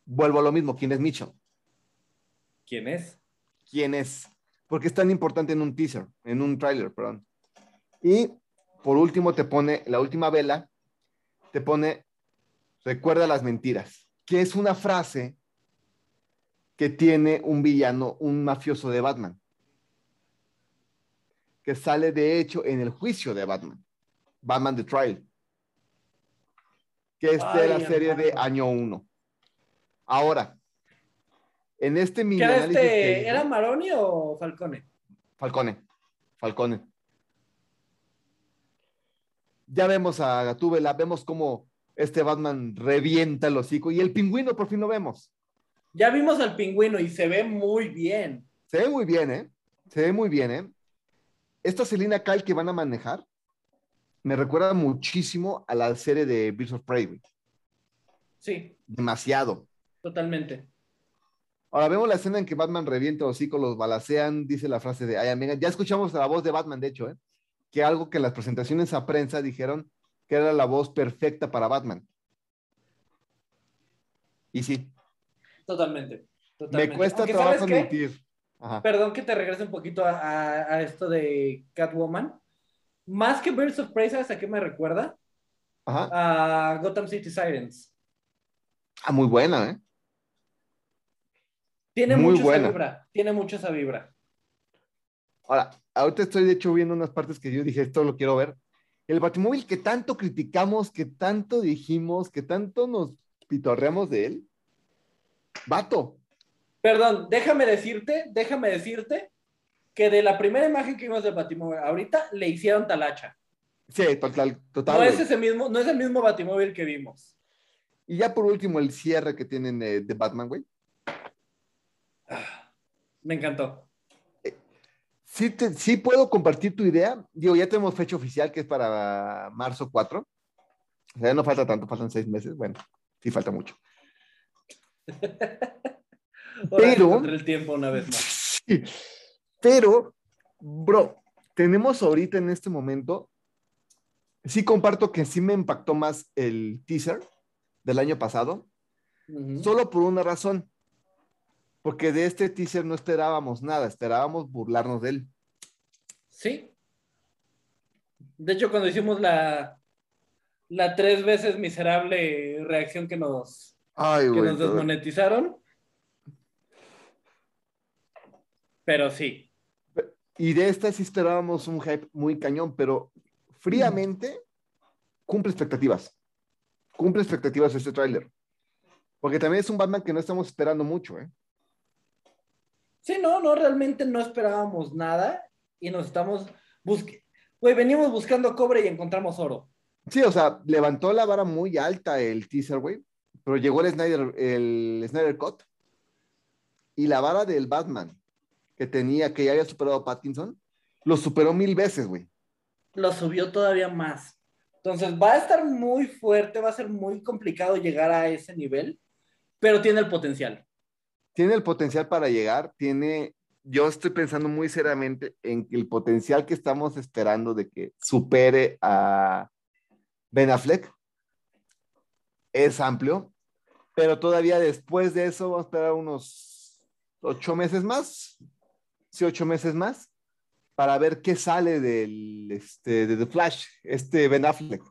Vuelvo a lo mismo, ¿quién es Mitchell? ¿Quién es? ¿Quién es? ¿Por qué es tan importante en un teaser, en un tráiler, perdón? Y por último te pone, la última vela, te pone, recuerda las mentiras, que es una frase que tiene un villano, un mafioso de Batman, que sale de hecho en el juicio de Batman, Batman The Trial, que es de la Ay, serie de hermano. año 1. Ahora, en este ¿Qué mini era análisis que ¿Era hice, Maroni o Falcone? Falcone, Falcone, ya vemos a Gatúbela, vemos cómo este Batman revienta el hocico y el pingüino por fin lo vemos. Ya vimos al pingüino y se ve muy bien. Se ve muy bien, ¿eh? Se ve muy bien, ¿eh? Esta Selina Kyle que van a manejar me recuerda muchísimo a la serie de Birds of Prey, güey. Sí, Demasiado. totalmente. Ahora vemos la escena en que Batman revienta los hocicos, los balacean, dice la frase de, ay, amiga, ya escuchamos la voz de Batman, de hecho, ¿eh? Que algo que en las presentaciones a prensa dijeron que era la voz perfecta para Batman. Y sí, Totalmente. me Totalmente. cuesta Aunque, trabajo ¿sabes qué? admitir. Ajá, Perdón que te regrese un poquito a esto de Catwoman. Más que Birds of Prey, ¿sabes a qué me recuerda? ajá. A Gotham City Sirens. Ah, muy buena, ¿eh? Tiene Muy mucho esa buena. vibra. Tiene mucho esa vibra. Ahora, ahorita estoy de hecho viendo unas partes que yo dije, esto lo quiero ver. El Batimóvil que tanto criticamos, que tanto dijimos, que tanto nos pitorreamos de él. Vato. Perdón, déjame decirte que de la primera imagen que vimos de Batimóvil ahorita le hicieron talacha. Sí, total, No total, es güey. ese mismo, no es el mismo Batimóvil que vimos. Y ya por último, el cierre que tienen de Batman, güey. Ah, me encantó. Sí, sí puedo compartir tu idea. Digo, ya tenemos fecha oficial que es para marzo 4. O sea, ya no falta tanto, faltan 6 meses. Bueno, sí falta mucho. Ahora sí Pero, encontré el tiempo una vez más. sí, pero, bro, tenemos ahorita en este momento, sí comparto que sí me impactó más el teaser del año pasado, Ujú. solo por una razón, porque de este teaser no esperábamos nada, esperábamos burlarnos de él. Sí. De hecho, cuando hicimos la 3 veces miserable reacción Ay, que güey, nos desmonetizaron, pero sí. y de esta sí esperábamos un hype muy cañón, pero fríamente cumple expectativas este tráiler, porque también es un Batman que no estamos esperando mucho, ¿eh? Sí, no, realmente no esperábamos nada y nos estamos buscando. Güey, venimos buscando cobre y encontramos oro. Sí, o sea, levantó la vara muy alta el teaser, güey, pero llegó el Snyder Cut y la vara del Batman que tenía, que ya había superado a Pattinson, lo superó 1000 veces, güey. Lo subió todavía más. Entonces va a estar muy fuerte, va a ser muy complicado llegar a ese nivel, pero tiene el potencial. Tiene el potencial para llegar, yo estoy pensando muy seriamente en que el potencial que estamos esperando de que supere a Ben Affleck es amplio, pero todavía después de eso vamos a esperar unos 8 meses más, sí, 8 meses más, para ver qué sale de The Flash, Ben Affleck,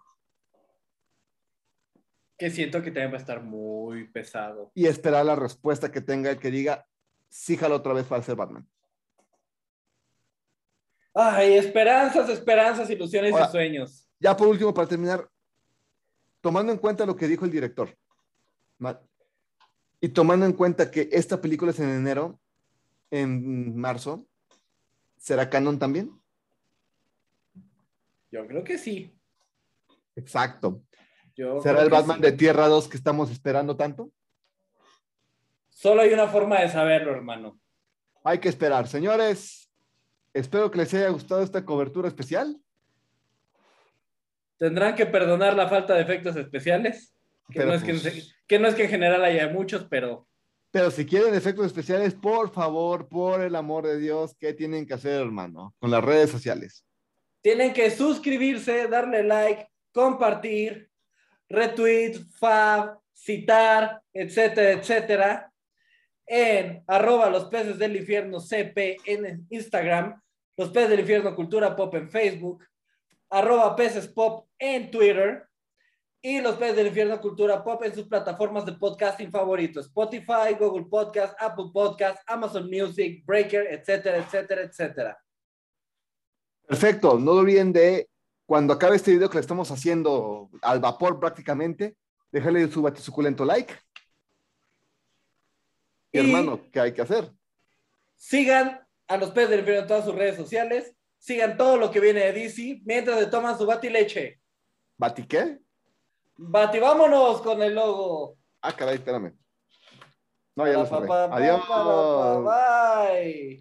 Que siento que también va a estar muy pesado. y esperar la respuesta que tenga el que diga, sí, jalo otra vez para ser Batman. Ay, esperanzas, esperanzas, ilusiones y Ahora, sueños. ya por último, para terminar, tomando en cuenta lo que dijo el director, y tomando en cuenta que esta película es en enero, en marzo, ¿será canon también? Yo creo que sí. Exacto. Yo ¿Será creo el que Batman de sí. Tierra 2 que estamos esperando tanto? Solo hay una forma de saberlo, hermano. Hay que esperar. Señores, espero que les haya gustado esta cobertura especial, Tendrán que perdonar la falta de efectos especiales, pero pues, que no es que en general haya muchos, pero si quieren efectos especiales, por favor, por el amor de Dios, ¿qué tienen que hacer, hermano? Con las redes sociales. tienen que suscribirse, darle like, compartir, retweet, fab, citar, etcétera, etcétera, en @lospeces del infierno CP en Instagram, Los Peces del Infierno Cultura Pop en Facebook, @pecespop en Twitter, y Los Peces del Infierno Cultura Pop en sus plataformas de podcasting favoritos: Spotify, Google Podcast, Apple Podcast, Amazon Music, Breaker, etcétera, etcétera, etcétera. Perfecto, no olviden de, cuando acabe este video que le estamos haciendo al vapor prácticamente, dejarle su suculento like. Y hermano, ¿qué hay que hacer? Sigan a Los Peces del Infierno en todas sus redes sociales, sigan todo lo que viene de DC, mientras se toman su batileche. ¿Bati qué? Vámonos con el logo. Ah, caray, espérame. No, ya lo cerré. Para, Adiós. bye.